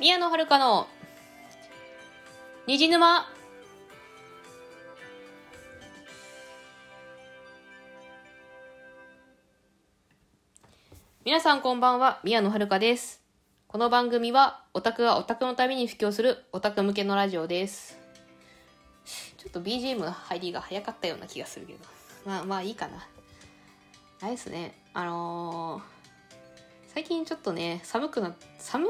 宮野遥の虹沼。皆さんこんばんは、宮野遥です。この番組はオタクがオタクのために布教するオタク向けのラジオです。ちょっと BGM の入りが早かったような気がするけど、まあいいかな。あれですね、最近ちょっとね、寒くは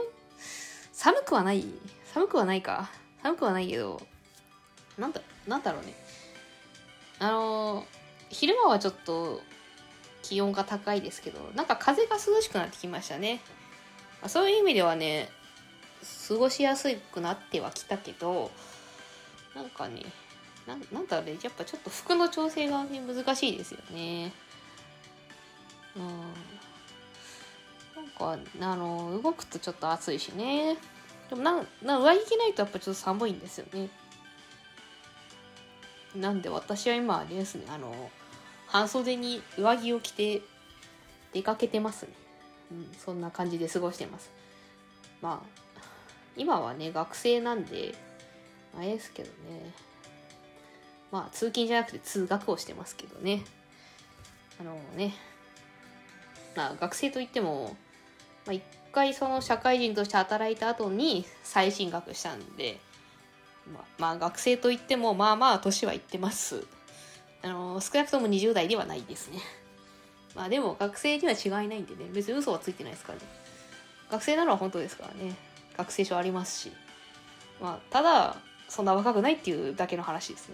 ないけど、なんだろうね。昼間はちょっと気温が高いですけど、なんか風が涼しくなってきましたね。そういう意味ではね、過ごしやすくなってはきたけど、なんかね、なんだろうね、やっぱちょっと服の調整が、ね、難しいですよね。なんか動くとちょっと暑いしね。でも上着着ないとやっぱちょっと寒いんですよね。なんで私は今ですね、半袖に上着を着て出かけてますね。そんな感じで過ごしてます。まあ今はね学生なんであれですけどね。まあ通勤じゃなくて通学をしてますけどね。学生といっても、一回その社会人として働いた後に再進学したんで、学生といってもまあ年はいってます。少なくとも20代ではないですね。でも学生には違いないんでね、別に嘘はついてないですからね。学生なのは本当ですからね。学生証ありますし、ただそんな若くないっていうだけの話ですね。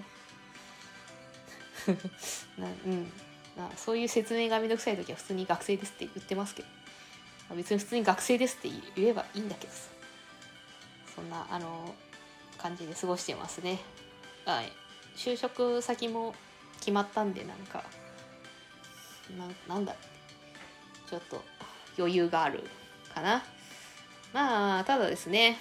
そういう説明がめんどくさい時は普通に学生ですって言ってますけど、別に普通に学生ですって言えばいいんだけどさ、そんな感じで過ごしてますね。就職先も決まったんで、なんだちょっと余裕があるかな。ただですね、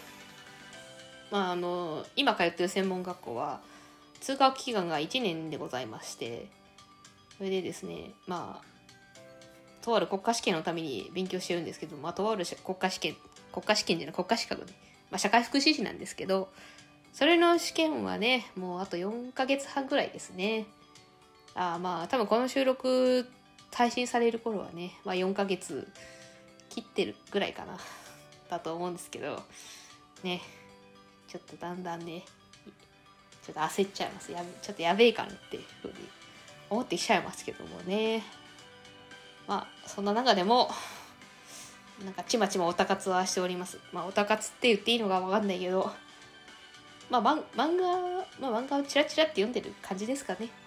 今通ってる専門学校は通学期間が1年でございまして、それでですね、とある国家試験のために勉強してるんですけど、とある国家資格で、社会福祉士なんですけど、それの試験はね、もうあと4ヶ月半ぐらいですね。多分この収録配信される頃はね、4ヶ月切ってるぐらいかなだと思うんですけどね、ちょっとだんだんね、ちょっと焦っちゃいます。ちょっとやべえかなっていうふうに思ってきちゃいますけどもね。そんな中でもちまちまオタ活はしております。オタ活って言っていいのか分かんないけど、漫画をチラチラって読んでる感じですかね。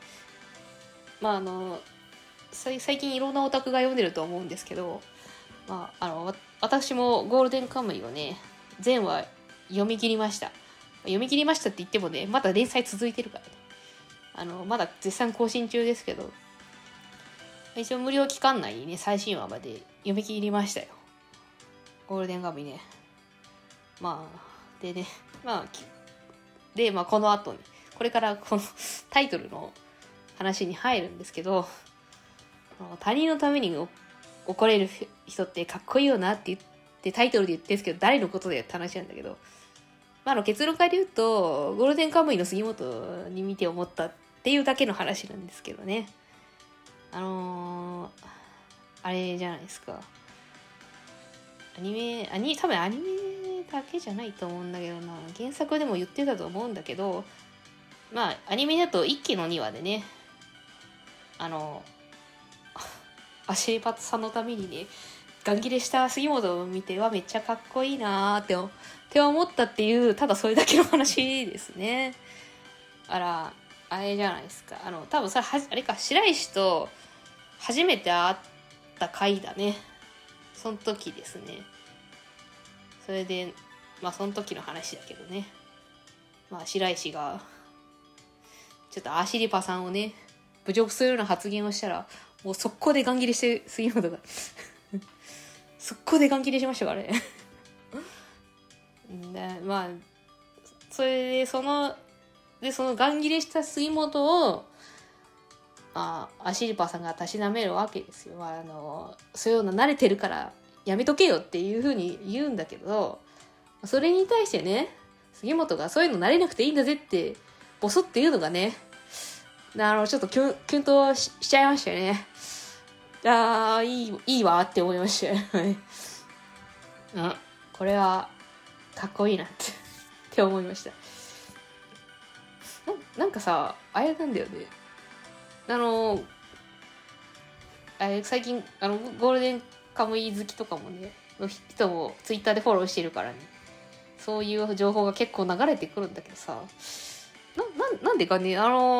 最近いろんなオタクが読んでると思うんですけど、私もゴールデンカムイをね、全話読み切りました。読み切りましたって言ってもね、まだ連載続いてるからね。まだ絶賛更新中ですけど、一応無料期間内にね、最新話まで読み切りましたよ。ゴールデンカムイね。この後ね、これからこのタイトルの話に入るんですけど、他人のために怒れる人ってかっこいいよなって言ってタイトルで言ってるんですけど、誰のことでって話なんだけど、結論から言うとゴールデンカムイの杉本に見て思ったっていうだけの話なんですけどね。あれじゃないですか、多分アニメだけじゃないと思うんだけどな、原作でも言ってたと思うんだけど、アニメだと1期の2話でね、アシリパトさんのためにね、ガン切れした杉本を見てはめっちゃかっこいいなーって思ったっていう、ただそれだけの話ですね。あれじゃないですか。多分それあれか、白石と初めて会った回だね。その時ですね。それで、その時の話だけどね。白石が、ちょっとアシリパさんをね、侮辱するような発言をしたら、もう速攻でガン切れして杉本が速攻でガン切れしましたからねでそれでそのガン切れした杉本をアシリパさんがたしなめるわけですよ。そういうの慣れてるからやめとけよっていう風に言うんだけど、 それに対してね、杉本がそういうの慣れなくていいんだぜってボソって言うのがね、ちょっとキュンと しちゃいましたよね。いいわって思いましたよ。これはかっこいいなって思いました。なんかさ、あれなんだよね。最近ゴールデンカムイ好きとかもねの人もツイッターでフォローしてるからね、そういう情報が結構流れてくるんだけどさ、なんでかね、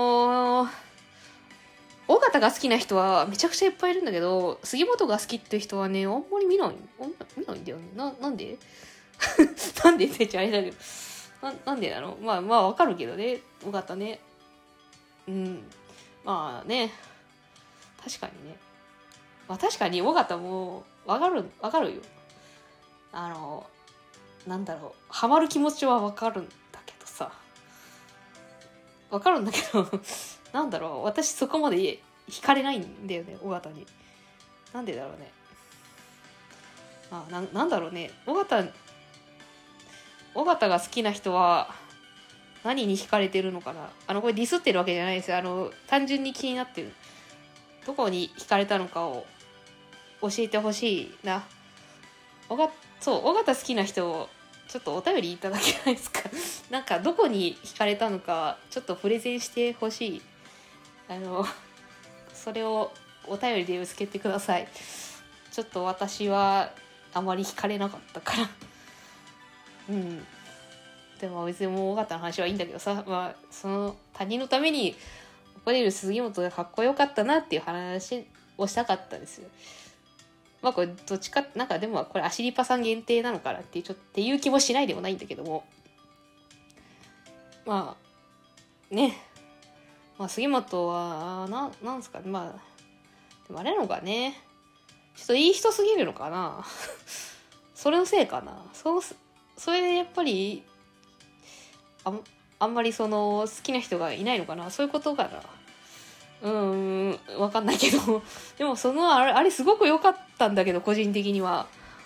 尾形が好きな人はめちゃくちゃいっぱいいるんだけど、杉本が好きっていう人はね、あんまり見ないんだよね。なんでなんでって言っちゃあれだけど、なんでなの。まあわかるけどね、尾形ね。まあね、確かにね。確かに尾形もわかるよ。なんだろう、ハマる気持ちはわかるんだけどさ。わかるんだけど、なんだろう、私そこまで惹かれないんだよね、尾形に。なんでだろうね。なんだろうね。尾形が好きな人は何に惹かれてるのかな。これディスってるわけじゃないですよ。単純に気になってる。どこに惹かれたのかを教えてほしいな。尾形好きな人、ちょっとお便りいただけないですか。なんかどこに惹かれたのかちょっとプレゼンしてほしい。それをお便りでぶつけてください。ちょっと私はあまり惹かれなかったからでも別にもう尾形の話はいいんだけどさ、その他人のために怒れる杉本がかっこよかったなっていう話をしたかったですよ。これどっちかなんかでもこれアシリパさん限定なのかなっていう気もしないでもないんだけども、杉本はなんすかね、でもあれなのかね、ちょっといい人すぎるのかな。それのせいかな。それでやっぱりあんまり好きな人がいないのかな。そういうことかな。わかんないけどでもあれすごく良かったんだけど、個人的には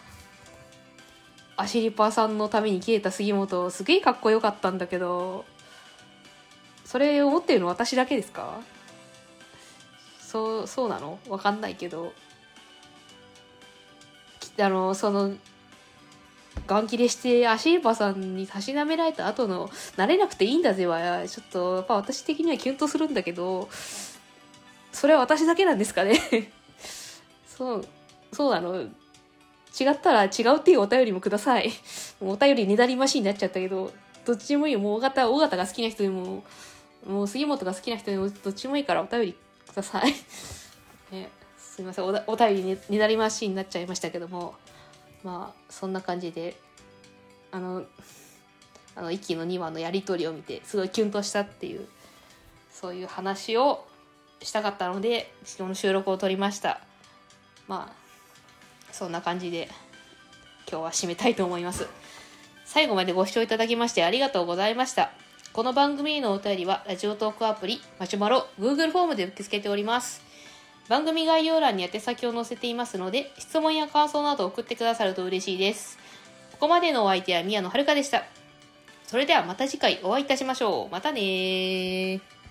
アシリパさんのために消えた杉本すげえかっこよかったんだけど、それ思ってるの私だけですか？そうなの？わかんないけど、ガン切れしてアシリパさんにたしなめられた後の慣れなくていいんだぜはちょっとやっぱ私的にはキュンとするんだけど、それは私だけなんですかね。そうなの。違ったら違うっていうお便りもください。お便りねだりマシになっちゃったけど、どっちでもいいよ。もう尾形が好きな人でも、もう杉本が好きな人でもどっちもいいからお便りください。すいません、お便りねだりマシになっちゃいましたけども、そんな感じで1期の2話のやり取りを見てすごいキュンとしたっていう、そういう話をしたかったのでこの収録を撮りました。そんな感じで今日は締めたいと思います。最後までご視聴いただきましてありがとうございました。この番組へのお便りはラジオトークアプリマシュマロ Google フォームで受け付けております。番組概要欄に宛先を載せていますので、質問や感想など送ってくださると嬉しいです。ここまでのお相手は宮野遥でした。それではまた次回お会いいたしましょう。またねー。